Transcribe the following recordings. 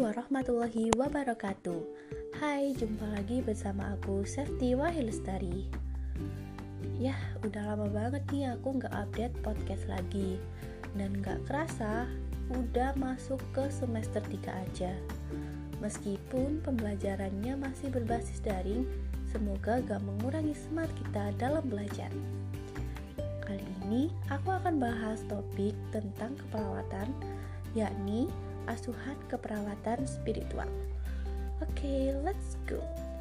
warahmatullahi wabarakatuh. Hai, jumpa lagi bersama aku Sefti Wahilestari. Udah lama banget nih aku gak update podcast lagi. Dan gak kerasa udah masuk ke semester 3 aja. Meskipun pembelajarannya masih berbasis daring, semoga gak mengurangi semangat kita dalam belajar. Kali ini aku akan bahas topik tentang keperawatan, yakni asuhan keperawatan spiritual. Oke, let's go.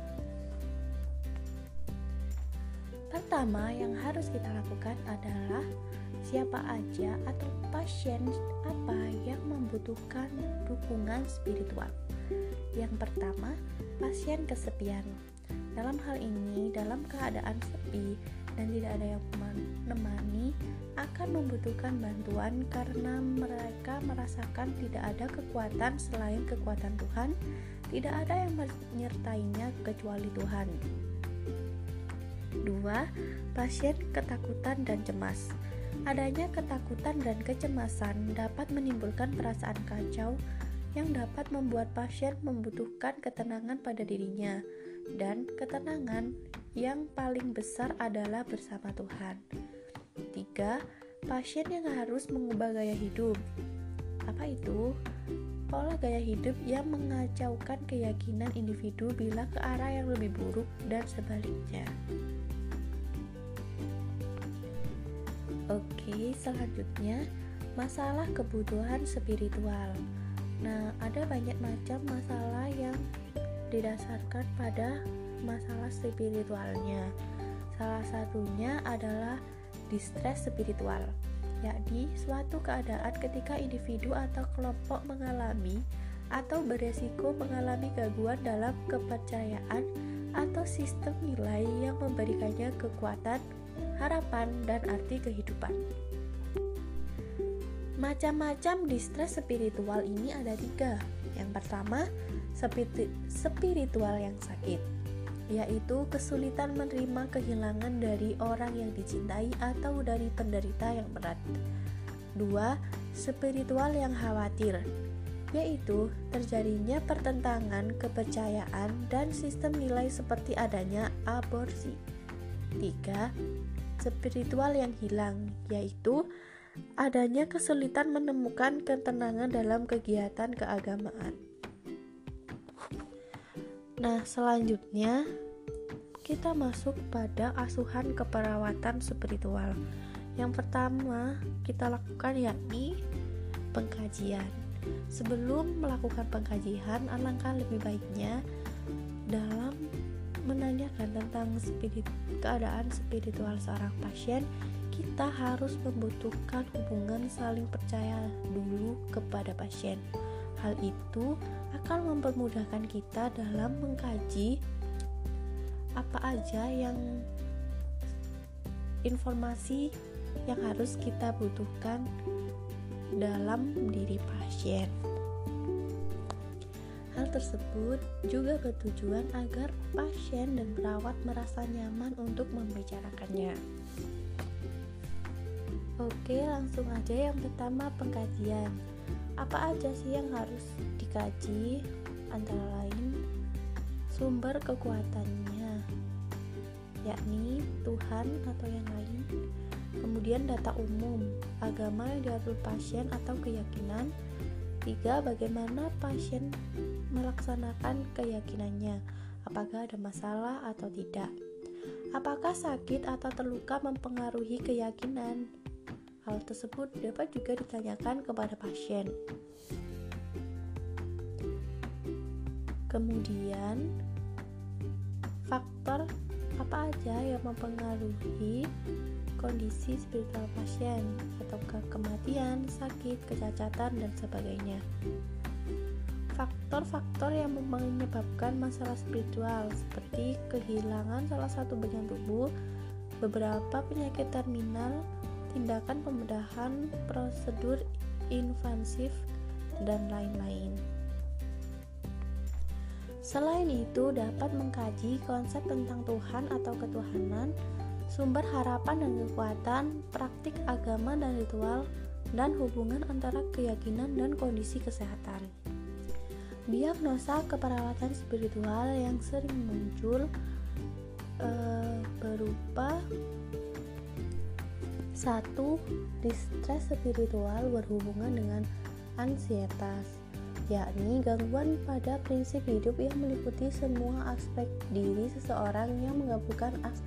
Pertama yang harus kita lakukan adalah siapa aja atau pasien apa yang membutuhkan dukungan spiritual. Yang pertama, pasien kesepian. Dalam hal ini, dalam keadaan sepi dan tidak ada yang menemani, akan membutuhkan bantuan karena mereka merasakan tidak ada kekuatan selain kekuatan Tuhan, tidak ada yang menyertainya kecuali Tuhan. 2. Pasien ketakutan dan cemas. Adanya ketakutan dan kecemasan dapat menimbulkan perasaan kacau yang dapat membuat pasien membutuhkan ketenangan pada dirinya, dan ketenangan yang paling besar adalah bersama Tuhan. 3. Pasien yang harus mengubah gaya hidup. Apa itu? Pola gaya hidup yang mengacaukan keyakinan individu bila ke arah yang lebih buruk dan sebaliknya. Oke, selanjutnya masalah kebutuhan spiritual. Nah, ada banyak macam masalah yang didasarkan pada masalah spiritualnya. Salah satunya adalah distres spiritual, yakni suatu keadaan ketika individu atau kelompok mengalami atau beresiko mengalami gangguan dalam kepercayaan atau sistem nilai yang memberikannya kekuatan, harapan, dan arti kehidupan. Macam-macam distres spiritual ini ada 3. Yang pertama, spiritual yang sakit, yaitu kesulitan menerima kehilangan dari orang yang dicintai atau dari penderita yang berat. 2. Spiritual yang khawatir, yaitu terjadinya pertentangan kepercayaan dan sistem nilai seperti adanya aborsi. 3. Spiritual yang hilang, yaitu adanya kesulitan menemukan ketenangan dalam kegiatan keagamaan. Nah, selanjutnya kita masuk pada asuhan keperawatan spiritual. Yang pertama kita lakukan yakni pengkajian. Sebelum melakukan pengkajian, alangkah lebih baiknya dalam menanyakan tentang keadaan spiritual seorang pasien, kita harus membutuhkan hubungan saling percaya dulu kepada pasien. Hal itu akan mempermudahkan kita dalam mengkaji apa aja yang informasi yang harus kita butuhkan dalam diri pasien. Hal tersebut juga bertujuan agar pasien dan perawat merasa nyaman untuk membicarakannya. Oke, langsung aja yang pertama, pengkajian. Apa aja sih yang harus dikaji? Antara lain sumber kekuatannya, yakni Tuhan atau yang lain. Kemudian data umum, agama yang diatur pasien atau keyakinan. 3. Bagaimana pasien melaksanakan keyakinannya, apakah ada masalah atau tidak. Apakah sakit atau terluka mempengaruhi keyakinan? Hal tersebut dapat juga ditanyakan kepada pasien. Kemudian, faktor apa aja yang mempengaruhi kondisi spiritual pasien, ataukah kematian, sakit, kecacatan, dan sebagainya. Faktor-faktor yang menyebabkan masalah spiritual seperti kehilangan salah satu bagian tubuh, beberapa penyakit terminal, tindakan pembedahan, prosedur invasif, dan lain-lain. Selain itu, dapat mengkaji konsep tentang Tuhan atau ketuhanan, sumber harapan dan kekuatan, praktik agama dan ritual, dan hubungan antara keyakinan dan kondisi kesehatan. Diagnosa keperawatan spiritual yang sering muncul berupa 1. Distres spiritual berhubungan dengan ansietas, yakni gangguan pada prinsip hidup yang meliputi semua aspek diri seseorang yang menggabungkan aspek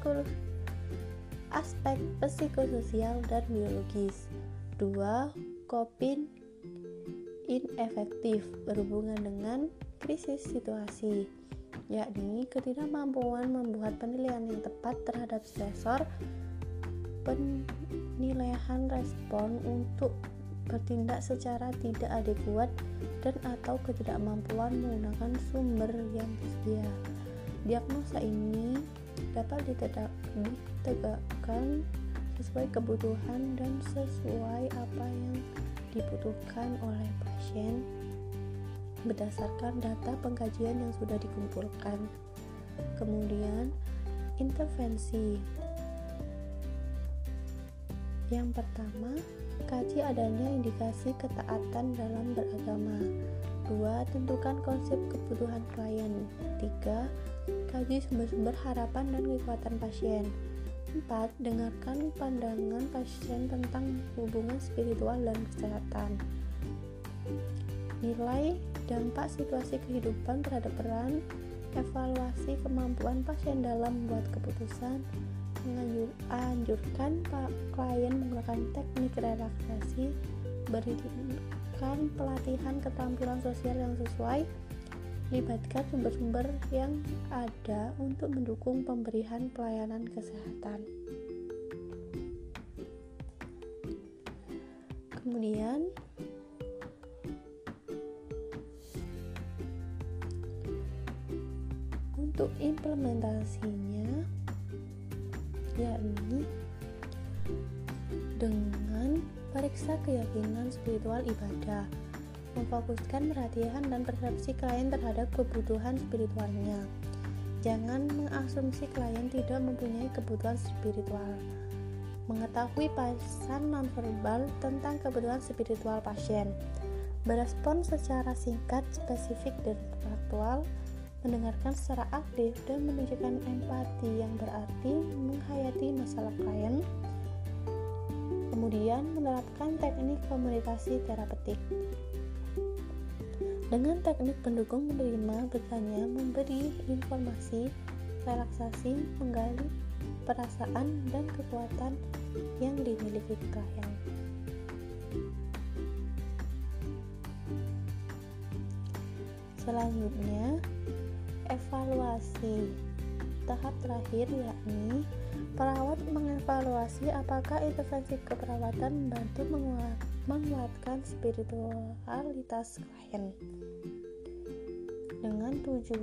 psikososial dan biologis. 2. Coping inefektif berhubungan dengan krisis situasi, yakni ketidakmampuan membuat penilaian yang tepat terhadap stresor, penilaian respon untuk bertindak secara tidak adekuat, dan atau ketidakmampuan menggunakan sumber yang tersedia. Diagnosa ini dapat ditegakkan sesuai kebutuhan dan sesuai apa yang dibutuhkan oleh pasien berdasarkan data pengkajian yang sudah dikumpulkan. Kemudian, intervensi. Yang pertama, kaji adanya indikasi ketaatan dalam beragama. 2. Tentukan konsep kebutuhan klien. 3. Kaji sumber-sumber harapan dan kekuatan pasien. 4. Dengarkan pandangan pasien tentang hubungan spiritual dan kesehatan. Nilai dampak situasi kehidupan terhadap peran, evaluasi kemampuan pasien dalam membuat keputusan, anjurkan klien menggunakan teknik relaksasi, berikan pelatihan keterampilan sosial yang sesuai, libatkan sumber-sumber yang ada untuk mendukung pemberian pelayanan kesehatan. Kemudian, untuk implementasinya, yakni dengan periksa keyakinan spiritual ibadah, memfokuskan perhatian dan persepsi klien terhadap kebutuhan spiritualnya. Jangan mengasumsi klien tidak mempunyai kebutuhan spiritual. Mengetahui pesan nonverbal tentang kebutuhan spiritual pasien. Berespon secara singkat, spesifik, dan faktual. Mendengarkan secara aktif dan menunjukkan empati yang berarti menghayati masalah klien. Kemudian, menerapkan teknik komunikasi terapeutik. Dengan teknik pendukung menerima, bertanya, memberi informasi, relaksasi, menggali perasaan dan kekuatan yang dimiliki klien. Selanjutnya, evaluasi. Tahap terakhir yakni perawat mengevaluasi apakah intervensi keperawatan membantu menguatkan spiritualitas klien dengan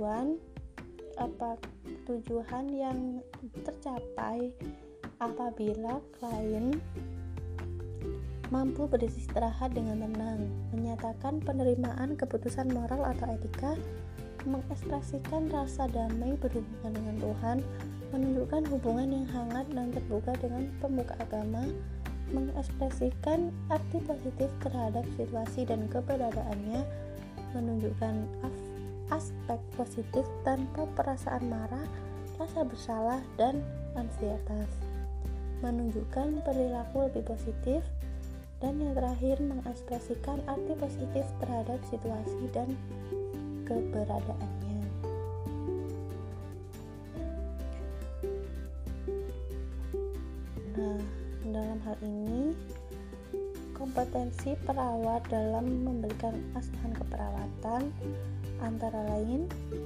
tujuan yang tercapai apabila klien mampu beristirahat dengan tenang, menyatakan penerimaan keputusan moral atau etika, mengekspresikan rasa damai berhubungan dengan Tuhan, menunjukkan hubungan yang hangat dan terbuka dengan pemuka agama, mengekspresikan arti positif terhadap situasi dan keberadaannya, menunjukkan aspek positif tanpa perasaan marah, rasa bersalah, dan ansietas, menunjukkan perilaku lebih positif, dan yang terakhir mengekspresikan arti positif terhadap situasi dan keberadaannya. Nah, dalam hal ini kompetensi perawat dalam memberikan asuhan keperawatan antara lain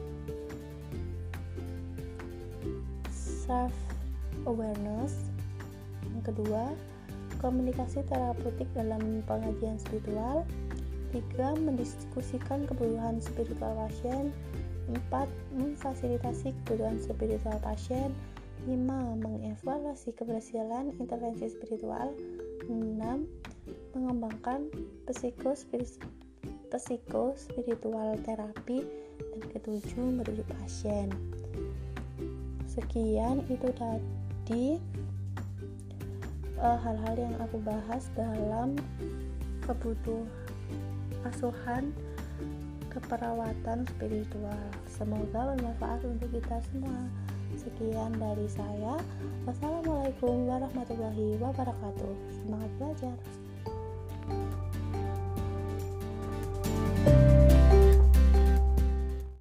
self awareness, yang kedua komunikasi terapeutik dalam pengajian spiritual, 3. Mendiskusikan kebutuhan spiritual pasien, 4. Memfasilitasi kebutuhan spiritual pasien, 5. Mengevaluasi keberhasilan intervensi spiritual, 6. Mengembangkan psikospiritual terapi, dan ke-7. Merujuk pasien. Sekian itu tadi hal-hal yang aku bahas dalam kebutuhan asuhan keperawatan spiritual. Semoga bermanfaat untuk kita semua. Sekian dari saya. Wassalamualaikum warahmatullahi wabarakatuh. Semangat belajar.